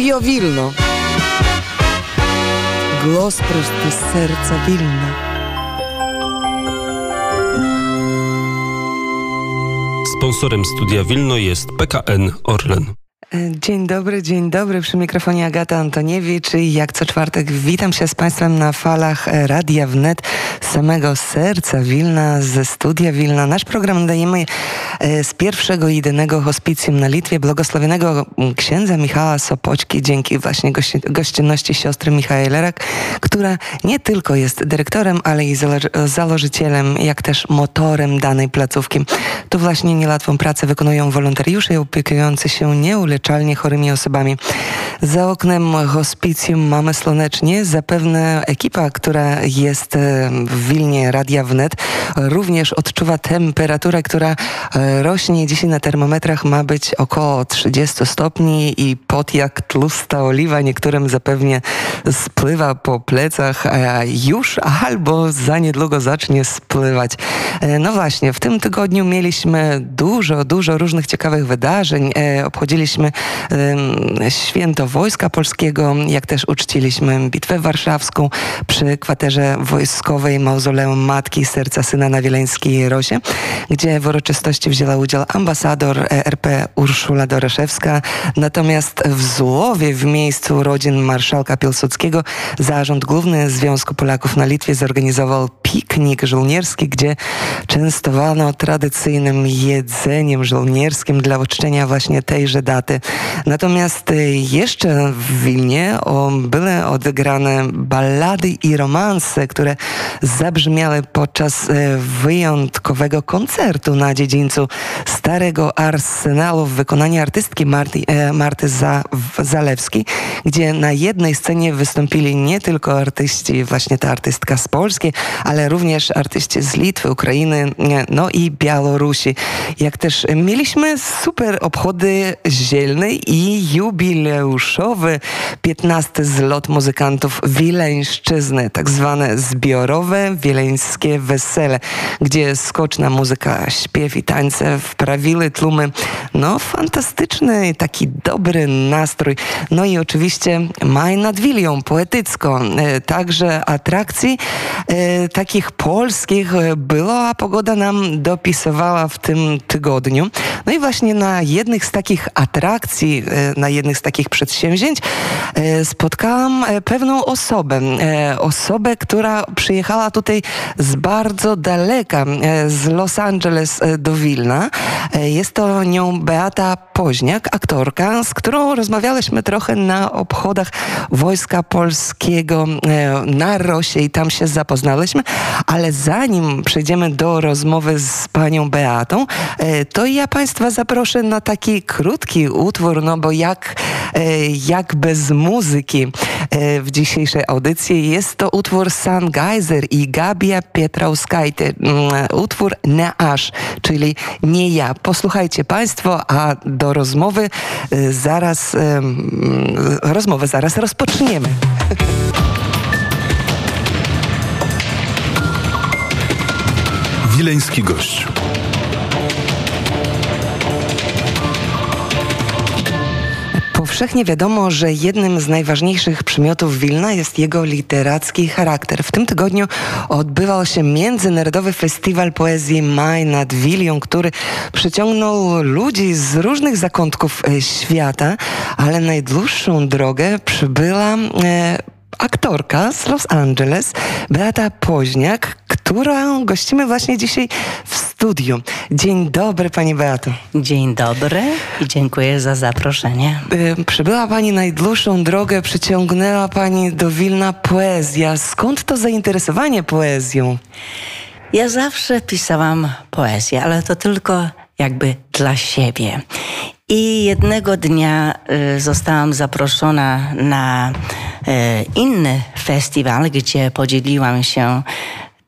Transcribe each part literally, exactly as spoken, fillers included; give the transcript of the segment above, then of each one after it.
Studio Wilno. Głos prosty z serca Wilna. Sponsorem Studia Wilno jest P K N Orlen. Dzień dobry, dzień dobry. Przy mikrofonie Agata Antoniewicz i jak co czwartek witam się z Państwem na falach Radia Wnet z samego serca Wilna, ze Studia Wilna. Nasz program nadajemy z pierwszego i jedynego hospicjum na Litwie, błogosławionego księdza Michała Sopoćki, dzięki właśnie gości, gościnności siostry Michaeli Lerak, która nie tylko jest dyrektorem, ale i zalo- założycielem, jak też motorem danej placówki. Tu właśnie niełatwą pracę wykonują wolontariusze opiekujący się nieuleczalnie chorymi osobami. Za oknem hospicjum mamy słonecznie. Zapewne ekipa, która jest w Wilnie Radia Wnet, również odczuwa temperaturę, która rośnie. Dzisiaj na termometrach ma być około trzydzieści stopni i pot jak tłusta oliwa niektórym zapewnie spływa po plecach już albo za niedługo zacznie spływać. No właśnie, w tym tygodniu mieliśmy dużo, dużo różnych ciekawych wydarzeń. Obchodziliśmy święto Wojska Polskiego, jak też uczciliśmy Bitwę Warszawską przy kwaterze wojskowej Mauzoleum Matki Serca Syna na Wileńskiej Rosie, gdzie w uroczystości wzięła udział ambasador R P Urszula Doraszewska. Natomiast w Złowie, w miejscu urodzin marszałka Piłsudskiego, Zarząd Główny Związku Polaków na Litwie zorganizował piknik żołnierski, gdzie częstowano tradycyjnym jedzeniem żołnierskim dla uczczenia właśnie tejże daty. Natomiast jeszcze w Wilnie były odegrane ballady i romanse, które zabrzmiały podczas wyjątkowego koncertu na dziedzińcu Starego Arsenalu w wykonaniu artystki Marty, Marty Zalewskiej, gdzie na jednej scenie wystąpili nie tylko artyści, właśnie ta artystka z Polski, ale również artyści z Litwy, Ukrainy, no i Białorusi. Jak też mieliśmy super obchody zielne i jubileuszowy piętnasty zlot muzykantów wileńszczyzny, tak zwane zbiorowe wileńskie wesele, gdzie skoczna muzyka, śpiew i tańce wprawiły tłumy. No fantastyczny, taki dobry nastrój. No i oczywiście maj nad Wilią, poetycko. Także atrakcji e, takich polskich było, a pogoda nam dopisywała w tym tygodniu. No i właśnie na jednych z takich atrakcji, na jednych z takich przedsięwzięć spotkałam pewną osobę. Osobę, która przyjechała tutaj z bardzo daleka, z Los Angeles do Wilna. Jest to nią Beata Poźniak, aktorka, z którą rozmawialiśmy trochę na obchodach Wojska Polskiego na Rosie i tam się zapoznaliśmy. Ale zanim przejdziemy do rozmowy z panią Beatą, to ja Państwa zaproszę na taki krótki utwór, no bo jak, jak bez muzyki w dzisiejszej audycji. Jest to utwór Sun Geyser i Gabija Pietrauskajty. Utwór Nie aż, czyli nie ja. Posłuchajcie Państwo, a do rozmowy zaraz, rozmowę zaraz rozpoczniemy. Wileński gość. Powszechnie wiadomo, że jednym z najważniejszych przymiotów Wilna jest jego literacki charakter. W tym tygodniu odbywał się Międzynarodowy Festiwal Poezji Maj nad Wilią, który przyciągnął ludzi z różnych zakątków świata, ale najdłuższą drogę przybyła e, aktorka z Los Angeles, Beata Poźniak, którą gościmy właśnie dzisiaj w studiu. Dzień dobry, pani Beato. Dzień dobry i dziękuję za zaproszenie. Yy, przybyła pani najdłuższą drogę, przyciągnęła pani do Wilna poezja. Skąd to zainteresowanie poezją? Ja zawsze pisałam poezję, ale to tylko jakby dla siebie. I jednego dnia y, zostałam zaproszona na y, inny festiwal, gdzie podzieliłam się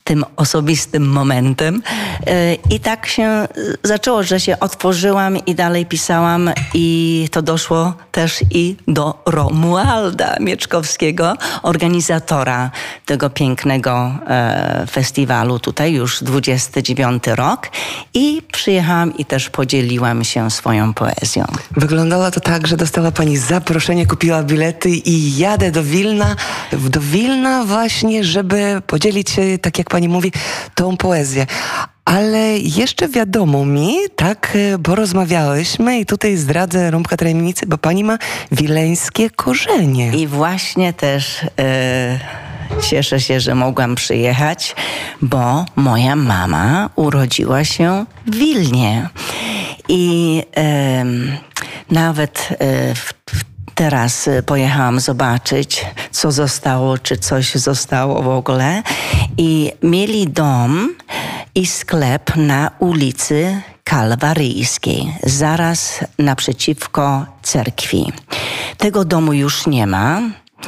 tym osobistym momentem. I tak się zaczęło, że się otworzyłam i dalej pisałam i to doszło też i do Romualda Mieczkowskiego, organizatora tego pięknego festiwalu tutaj już dwudziesty dziewiąty rok i przyjechałam i też podzieliłam się swoją poezją. Wyglądało to tak, że dostała pani zaproszenie, kupiła bilety i jadę do Wilna, do Wilna właśnie, żeby podzielić się, tak jak pani mówi, tą poezję. Ale jeszcze wiadomo mi, tak, bo rozmawiałyśmy i tutaj zdradzę rąbka tajemnicy, bo pani ma wileńskie korzenie. I właśnie też e, cieszę się, że mogłam przyjechać, bo moja mama urodziła się w Wilnie. I e, nawet e, w, w Teraz pojechałam zobaczyć, co zostało, czy coś zostało w ogóle. I mieli dom i sklep na ulicy Kalwaryjskiej, zaraz naprzeciwko cerkwi. Tego domu już nie ma.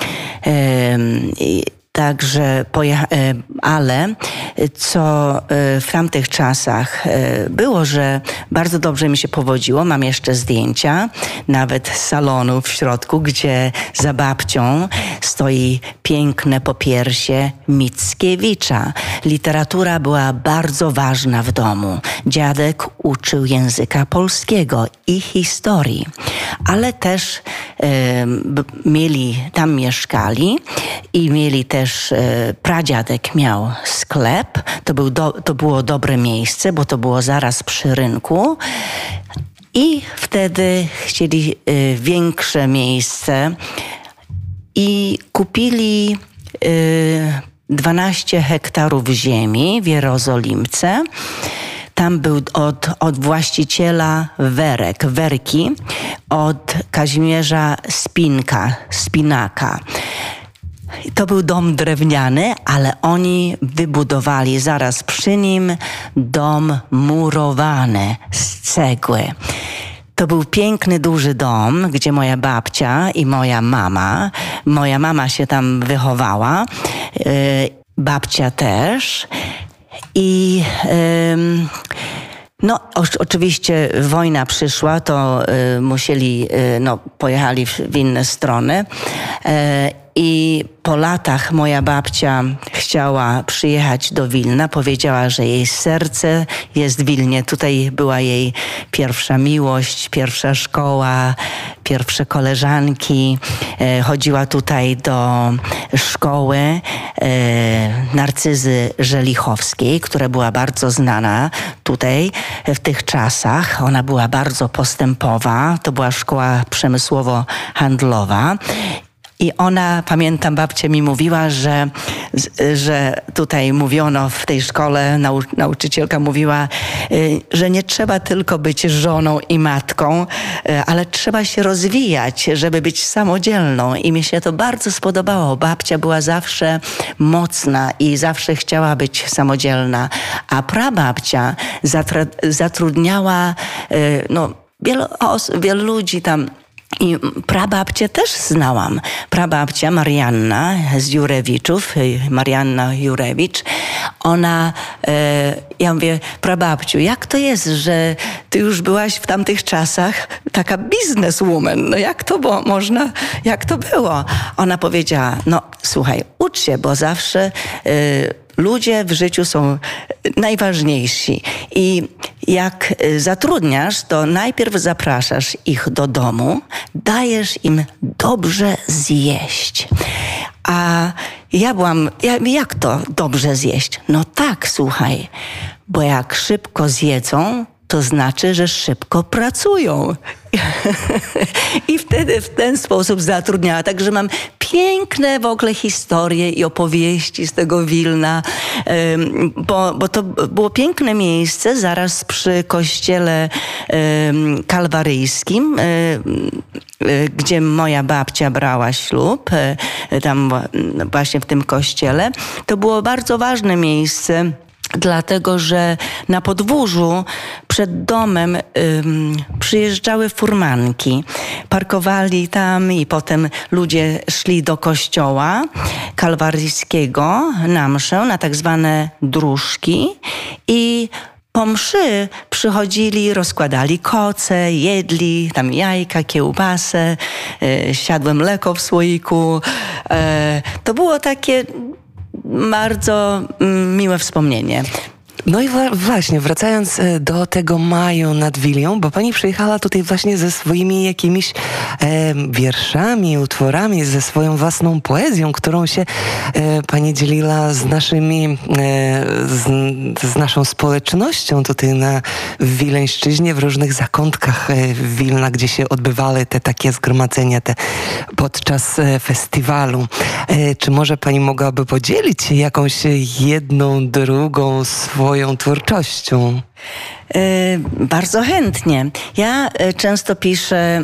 Yy, Także, pojecha- ale co w tamtych czasach było, że bardzo dobrze mi się powodziło. Mam jeszcze zdjęcia, nawet z salonu w środku, gdzie za babcią stoi piękne popiersie Mickiewicza. Literatura była bardzo ważna w domu. Dziadek uczył języka polskiego i historii, ale też e, mieli, tam mieszkali i mieli też pradziadek miał sklep. To, był do, to było dobre miejsce, bo to było zaraz przy rynku. I wtedy chcieli y, większe miejsce i kupili y, dwanaście hektarów ziemi w Jerozolimce. Tam był od, od właściciela Werek, Werki, od Kazimierza Spinka, Spinaka. To był dom drewniany, ale oni wybudowali zaraz przy nim dom murowany z cegły. To był piękny, duży dom, gdzie moja babcia i moja mama, moja mama się tam wychowała, yy, babcia też. I yy, no, o, oczywiście wojna przyszła, to yy, musieli, yy, no, pojechali w, w inne strony. Yy, I po latach moja babcia chciała przyjechać do Wilna. Powiedziała, że jej serce jest w Wilnie. Tutaj była jej pierwsza miłość, pierwsza szkoła, pierwsze koleżanki. Chodziła tutaj do szkoły Narcyzy Żelichowskiej, która była bardzo znana tutaj w tych czasach. Ona była bardzo postępowa. To była szkoła przemysłowo-handlowa. I ona, pamiętam, babcia mi mówiła, że, że tutaj mówiono w tej szkole, nau, nauczycielka mówiła, że nie trzeba tylko być żoną i matką, ale trzeba się rozwijać, żeby być samodzielną. I mi się to bardzo spodobało. Babcia była zawsze mocna i zawsze chciała być samodzielna, a prababcia zatra- zatrudniała no, wielu, os- wielu ludzi tam. I prababcię też znałam. Prababcia Marianna z Jurewiczów, Marianna Jurewicz, ona, e, ja mówię, prababciu, jak to jest, że ty już byłaś w tamtych czasach taka bizneswoman? No jak to było, można, jak to było? Ona powiedziała, no słuchaj, ucz się, bo zawsze e, ludzie w życiu są najważniejsi. I jak zatrudniasz, to najpierw zapraszasz ich do domu, dajesz im dobrze zjeść. A ja byłam, jak to dobrze zjeść? No tak, słuchaj, bo jak szybko zjedzą, to znaczy, że szybko pracują. I wtedy w ten sposób zatrudniała. Także mam piękne w ogóle historie i opowieści z tego Wilna, bo, bo to było piękne miejsce zaraz przy kościele kalwaryjskim, gdzie moja babcia brała ślub, tam właśnie w tym kościele. To było bardzo ważne miejsce dlatego że na podwórzu przed domem ym, przyjeżdżały furmanki. Parkowali tam i potem ludzie szli do kościoła kalwaryjskiego na mszę, na tak zwane dróżki i po mszy przychodzili, rozkładali koce, jedli tam jajka, kiełbasę, yy, siadłe mleko w słoiku. Yy, to było takie bardzo miłe wspomnienie. No i wa- właśnie, wracając do tego maju nad Wilią, bo pani przyjechała tutaj właśnie ze swoimi jakimiś e, wierszami, utworami, ze swoją własną poezją, którą się e, pani dzieliła z naszymi, e, z, z naszą społecznością tutaj na Wileńszczyźnie, w różnych zakątkach e, Wilna, gdzie się odbywały te takie zgromadzenia te podczas e, festiwalu. E, czy może pani mogłaby podzielić się jakąś jedną, drugą swoją twórczością? Yy, bardzo chętnie. Ja y, często piszę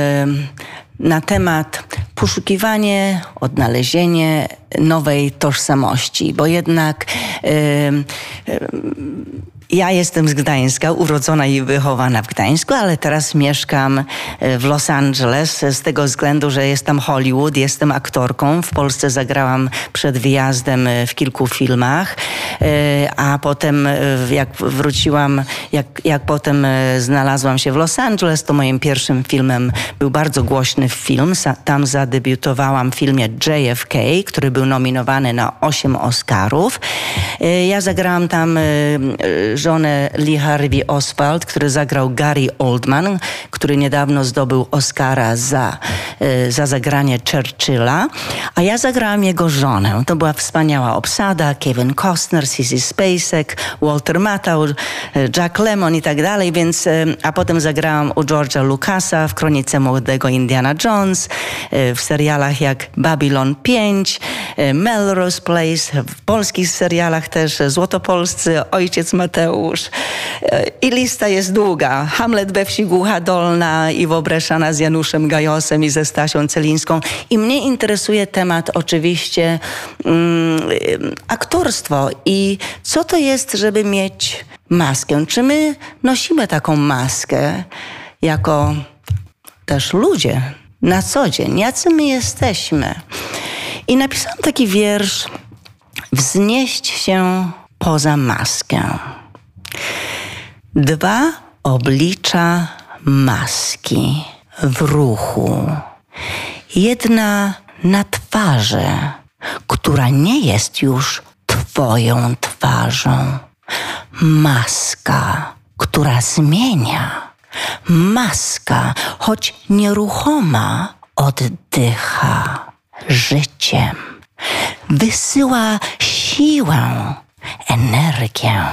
y, na temat poszukiwanie, odnalezienie nowej tożsamości, bo jednak y, y, ja jestem z Gdańska, urodzona i wychowana w Gdańsku, ale teraz mieszkam w Los Angeles z tego względu, że jest tam Hollywood, jestem aktorką. W Polsce zagrałam przed wyjazdem w kilku filmach, a potem jak wróciłam, jak, jak potem znalazłam się w Los Angeles, to moim pierwszym filmem był bardzo głośny film. Tam zadebiutowałam w filmie J F K, który był nominowany na osiem Oscarów. Ja zagrałam tam żonę Lee Harvey Oswald, który zagrał Gary Oldman, który niedawno zdobył Oscara za, za zagranie Churchilla, a ja zagrałam jego żonę. To była wspaniała obsada, Kevin Costner, Sissy Spacek, Walter Matthau, Jack Lemmon i tak dalej, więc, a potem zagrałam u George'a Lucasa w Kronice Młodego Indiana Jones, w serialach jak Babylon pięć, Melrose Place, w polskich serialach też Złotopolscy, Ojciec Mateusz. I lista jest długa. Hamlet we wsi Głucha Dolna i Wobрешana z Januszem Gajosem i ze Stasią Celińską. I mnie interesuje temat oczywiście um, aktorstwo i co to jest, żeby mieć maskę. Czy my nosimy taką maskę jako też ludzie na co dzień? Jacy my jesteśmy? I napisałam taki wiersz: wznieść się poza maskę. Dwa oblicza maski w ruchu. Jedna na twarzy, która nie jest już twoją twarzą. Maska, która zmienia. Maska, choć nieruchoma, oddycha życiem. Wysyła siłę, energię.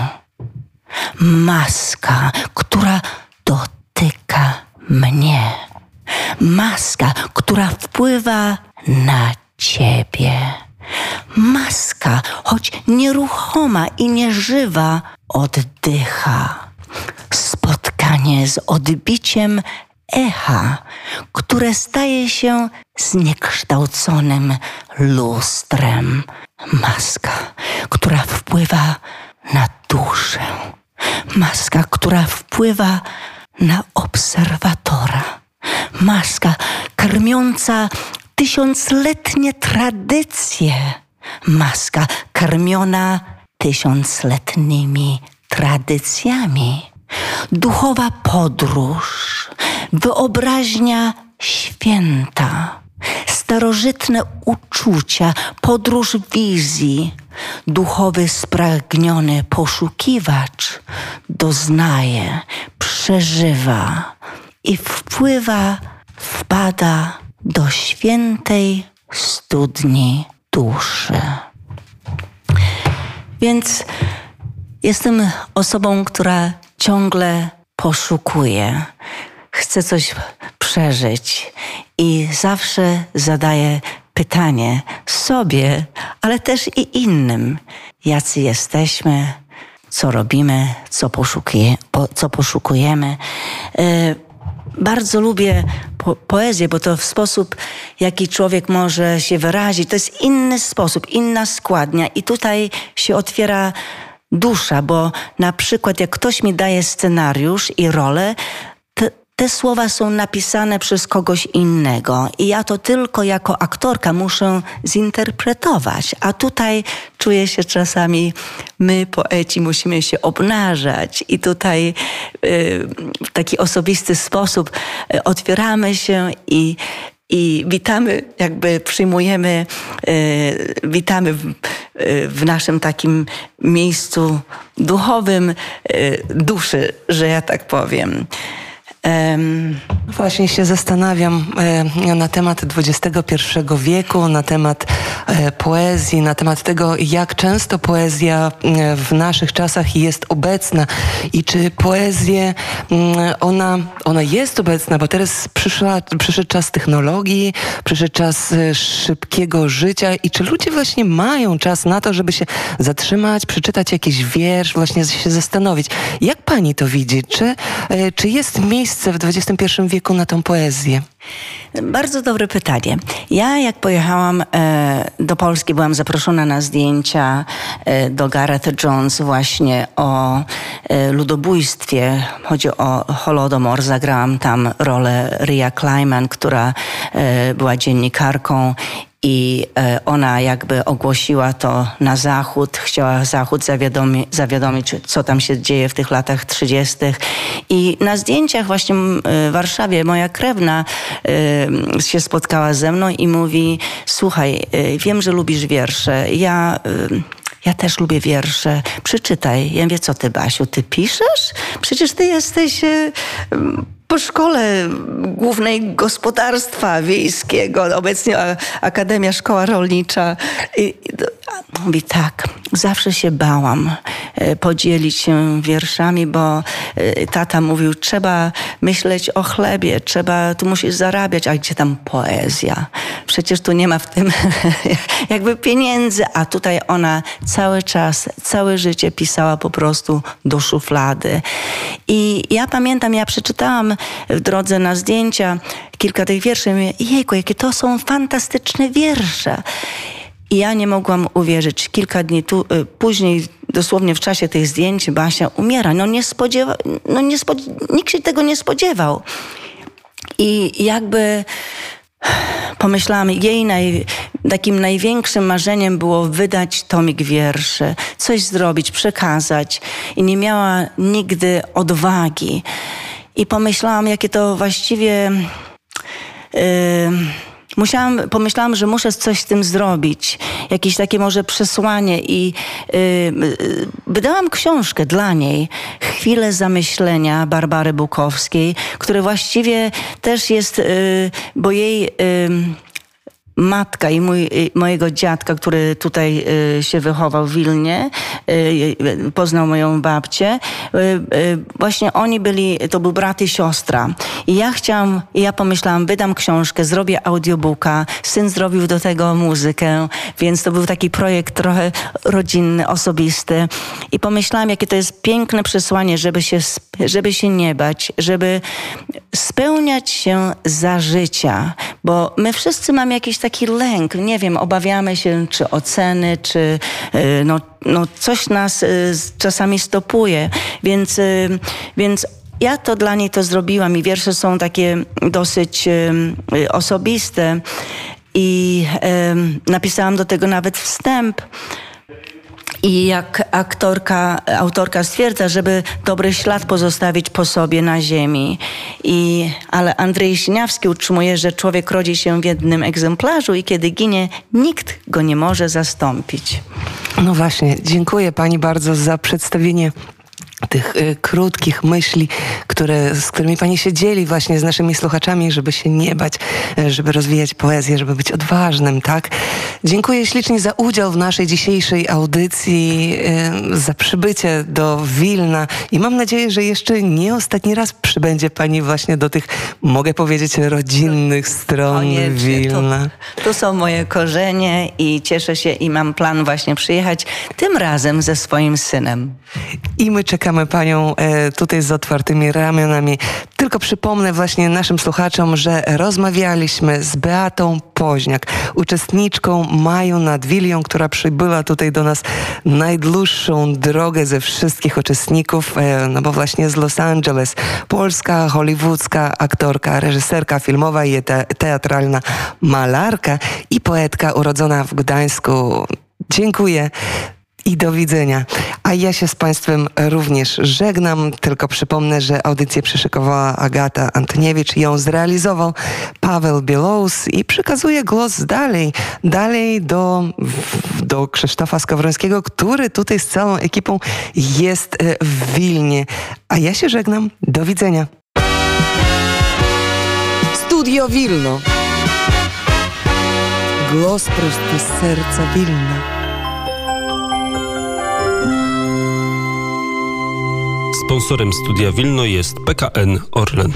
Maska, która dotyka mnie. Maska, która wpływa na ciebie. Maska, choć nieruchoma i nieżywa, oddycha. Spotkanie z odbiciem echa, które staje się zniekształconym lustrem. Maska, która wpływa na duszę. Maska, która wpływa na obserwatora. Maska karmiąca tysiącletnie tradycje. Maska karmiona tysiącletnimi tradycjami. Duchowa podróż, wyobraźnia święta, starożytne uczucia, podróż wizji. Duchowy spragniony poszukiwacz doznaje, przeżywa i wpływa, wpada do świętej studni duszy. Więc jestem osobą, która ciągle poszukuje, chce coś przeżyć i zawsze zadaję pytanie sobie, ale też i innym, jacy jesteśmy, co robimy, co, poszukuje, po, co poszukujemy. Yy, bardzo lubię po, poezję, bo to w sposób, jaki człowiek może się wyrazić, to jest inny sposób, inna składnia i tutaj się otwiera dusza, bo na przykład jak ktoś mi daje scenariusz i rolę, te, te słowa są napisane przez kogoś innego i ja to tylko jako aktorka muszę zinterpretować, a tutaj czuję się czasami, my poeci musimy się obnażać i tutaj y, w taki osobisty sposób y, otwieramy się i I witamy, jakby przyjmujemy, y, witamy w, y, w naszym takim miejscu duchowym y, duszy, że ja tak powiem. Um, Właśnie się zastanawiam e, na temat dwudziestego pierwszego wieku, na temat e, poezji, na temat tego, jak często poezja e, w naszych czasach jest obecna i czy poezję, m, ona, ona jest obecna, bo teraz przyszła, przyszedł czas technologii, przyszedł czas e, szybkiego życia i czy ludzie właśnie mają czas na to, żeby się zatrzymać, przeczytać jakiś wiersz, właśnie się zastanowić. Jak pani to widzi? Czy, e, czy jest miejsce w dwudziestym pierwszym wieku na tą poezję? Bardzo dobre pytanie. Ja jak pojechałam e, do Polski, byłam zaproszona na zdjęcia e, do Gareth Jones właśnie o e, ludobójstwie. Chodzi o Holodomor. Zagrałam tam rolę Ria Kleiman, która e, była dziennikarką i e, ona jakby ogłosiła to na Zachód, chciała Zachód zawiadomi, zawiadomić, co tam się dzieje w tych latach trzydziestych. I na zdjęciach właśnie w Warszawie moja krewna e, się spotkała ze mną i mówi: słuchaj, e, wiem, że lubisz wiersze, ja... E, Ja też lubię wiersze. Przeczytaj. Ja mówię, co ty, Basiu, ty piszesz? Przecież ty jesteś e, po szkole głównej gospodarstwa wiejskiego, obecnie Akademia Szkoła Rolnicza. I, i, mówi, tak, zawsze się bałam e, podzielić się wierszami, bo e, tata mówił, trzeba myśleć o chlebie, trzeba, tu musisz zarabiać, a gdzie tam poezja? Przecież tu nie ma w tym jakby pieniędzy, a tutaj ona cały czas, całe życie pisała po prostu do szuflady. I ja pamiętam, ja przeczytałam w drodze na zdjęcia kilka tych wierszy i mówię, jejku, jakie to są fantastyczne wiersze. I ja nie mogłam uwierzyć. Kilka dni tu, y, później, dosłownie w czasie tych zdjęć, Basia umiera. No nie spodziewa, no nie spodziewa, nikt się tego nie spodziewał. I jakby pomyślałam, jej naj, takim największym marzeniem było wydać tomik wierszy, coś zrobić, przekazać. I nie miała nigdy odwagi. I pomyślałam, jakie to właściwie... Yy, Musiałam, pomyślałam, że muszę coś z tym zrobić. Jakieś takie może przesłanie i yy, yy, wydałam książkę dla niej. Chwile zamyślenia Barbary Bukowskiej, które właściwie też jest, yy, bo jej... Yy, matka i mój, mojego dziadka, który tutaj y, się wychował w Wilnie, y, poznał moją babcię. Y, y, właśnie oni byli, to był brat i siostra. I ja chciałam, i ja pomyślałam, wydam książkę, zrobię audiobooka. Syn zrobił do tego muzykę, więc to był taki projekt trochę rodzinny, osobisty. I pomyślałam, jakie to jest piękne przesłanie, żeby się, żeby się nie bać, żeby spełniać się za życia. Bo my wszyscy mamy jakiś taki lęk, nie wiem, obawiamy się czy oceny, czy no, no coś nas czasami stopuje, więc, więc ja to dla niej to zrobiłam i wiersze są takie dosyć osobiste i napisałam do tego nawet wstęp. I jak aktorka, autorka stwierdza, żeby dobry ślad pozostawić po sobie na ziemi. I, ale Andrzej Siniawski utrzymuje, że człowiek rodzi się w jednym egzemplarzu i kiedy ginie, nikt go nie może zastąpić. No właśnie, dziękuję pani bardzo za przedstawienie tych y, krótkich myśli, które, z którymi pani się dzieli właśnie z naszymi słuchaczami, żeby się nie bać, y, żeby rozwijać poezję, żeby być odważnym, tak? Dziękuję ślicznie za udział w naszej dzisiejszej audycji, y, za przybycie do Wilna i mam nadzieję, że jeszcze nie ostatni raz przybędzie pani właśnie do tych, mogę powiedzieć, rodzinnych stron Koniecznie, Wilna. To, to są moje korzenie i cieszę się i mam plan właśnie przyjechać tym razem ze swoim synem. I my czekamy witamy Panią e, tutaj z otwartymi ramionami. Tylko przypomnę właśnie naszym słuchaczom, że rozmawialiśmy z Beatą Poźniak, uczestniczką Maju nad Wilią, która przybyła tutaj do nas najdłuższą drogę ze wszystkich uczestników, e, no bo właśnie z Los Angeles. Polska, hollywoodzka aktorka, reżyserka filmowa i te, teatralna malarka i poetka urodzona w Gdańsku. Dziękuję i do widzenia. A ja się z Państwem również żegnam. Tylko przypomnę, że audycję przyszykowała Agata Antoniewicz. Ją zrealizował Paweł Bielous i przekazuje głos dalej, dalej do, do Krzysztofa Skowrońskiego, który tutaj z całą ekipą jest w Wilnie. A ja się żegnam. Do widzenia. Studio Wilno. Głos prosto z serca Wilna. Sponsorem Studia Wilno jest P K N Orlen.